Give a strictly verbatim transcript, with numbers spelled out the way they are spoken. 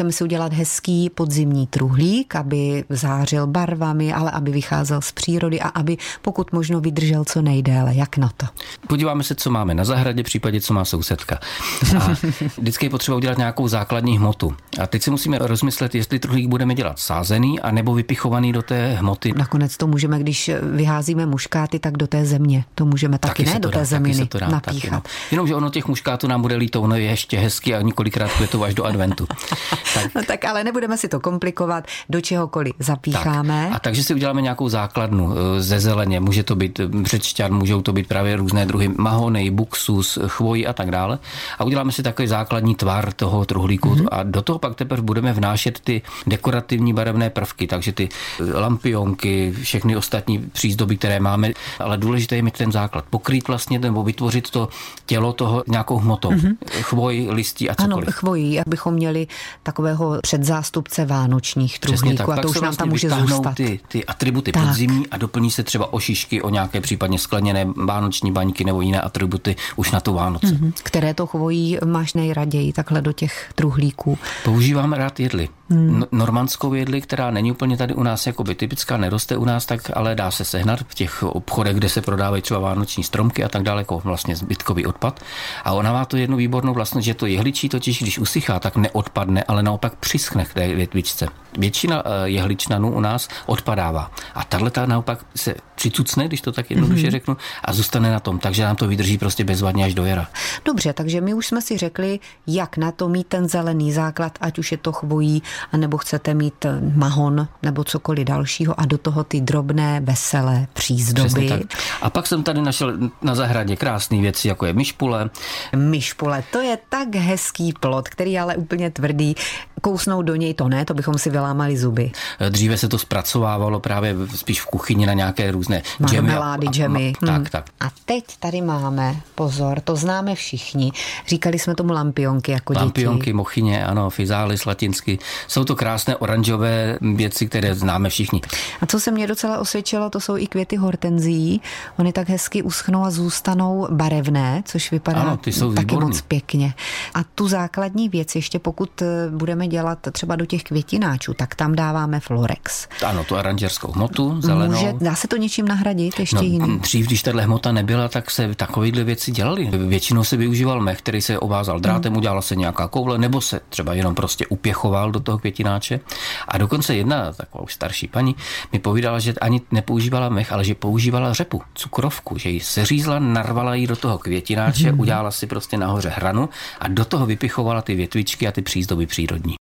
chceme si udělat hezký podzimní truhlík, aby zářil barvami, ale aby vycházel z přírody a aby pokud možno vydržel co nejdéle. Jak na to? Podíváme se, co máme na zahradě, případě co má sousedka. A vždycky je potřeba udělat nějakou základní hmotu. A teď si musíme rozmyslet, jestli truhlík budeme dělat sázený a nebo vypichovaný do té hmoty. Nakonec to můžeme, když vyházíme muškáty, tak do té země. To můžeme taky, taky ne do té dá, zeminy dá, napíchat. Taky, no. Jenomže ono těch muškátů nám bude líto, ono je ještě hezky a několikrát květou až do adventu. Tak. No tak ale nebudeme si to komplikovat, do čehokoliv zapícháme. Tak. A takže si uděláme nějakou základnu ze zeleně. Může to být břečťan, můžou to být právě různé druhy mahony, buksus, chvojí a tak dále. A uděláme si takový základní tvar toho truhlíku mm-hmm. a do toho pak teprve budeme vnášet ty dekorativní barevné prvky, takže ty lampionky, všechny ostatní přízdoby, které máme, ale důležité je mít ten základ. Pokrýt vlastně nebo vytvořit to tělo toho nějakou hmotou. Mm-hmm. Chvoj, listí a cokoliv. Ano, chvojí, abychom měli takového předzástupce vánočních truhlíků a to už nám vlastně tam může zůstat. Ty, ty atributy tak. podzimní a doplní se třeba o šišky, o nějaké případně skleněné vánoční baňky nebo jiné atributy už na tu Vánoce. Mm-hmm. Které to chvojí máš nejraději takhle do těch truhlíků? Používáme rád jedli. Hmm. Normandskou jedli, která není úplně tady u nás jakoby typická, neroste u nás, tak ale dá se sehnat v těch obchodech, kde se prodávají třeba vánoční stromky a tak dále, jako vlastně zbytkový odpad. A ona má tu jednu výbornou vlastnost, že to jehličí totiž, když usychá, tak neodpadne, ale naopak přischne k té větvičce. Většina jehličnanů u nás odpadává. A tahleta naopak se přicucne, když to tak jednoduše mm-hmm. řeknu, a zůstane na tom, takže nám to vydrží prostě bezvadně až do jara. Dobře, takže my už jsme si řekli, jak na to mít ten zelený základ, ať už je to chvojí, anebo chcete mít mahon nebo cokoliv dalšího a do toho ty drobné, veselé přízdoby. A pak jsem tady našel na zahradě krásné věci, jako je myšpule. Myšpule, to je tak hezký plod, který je ale úplně tvrdý. Kousnout do něj to ne, to bychom si vylámali zuby. Dříve se to zpracovávalo právě spíš v kuchyni na nějaké různé džemy. Marmelády, džemy. Hmm. Tak, tak. A teď tady máme, pozor, to známe všichni. Říkali jsme tomu lampionky jako děti. Lampionky, mochyně, ano, fizális latinsky. Jsou to krásné oranžové věci, které známe všichni. A co se mě docela osvědčilo, to jsou i květy hortenzií. Ony tak hezky uschnou a zůstanou barevné, což vypadá ano, ty jsou taky výborný. Moc pěkně. A tu základní věc, ještě pokud budeme dělat třeba do těch květináčů, tak tam dáváme Florex. Ano, tu aranžerskou hmotu, zelenou. Může, dá se to něčím nahradit ještě no, jiným? Dřív, když tahle hmota nebyla, tak se takovéhle věci dělaly. Většinou se využíval mech, který se ovázal drátem, udělala se nějaká koule, nebo se třeba jenom prostě upěchoval do toho květináče. A dokonce jedna taková už starší paní mi povídala, že ani nepoužívala mech, ale že používala řepu, cukrovku, že ji seřízla, narvala ji do toho květináče, mm. udělala si prostě nahoře hranu a do toho vypichovala ty větvičky a ty přízdoby přírodní.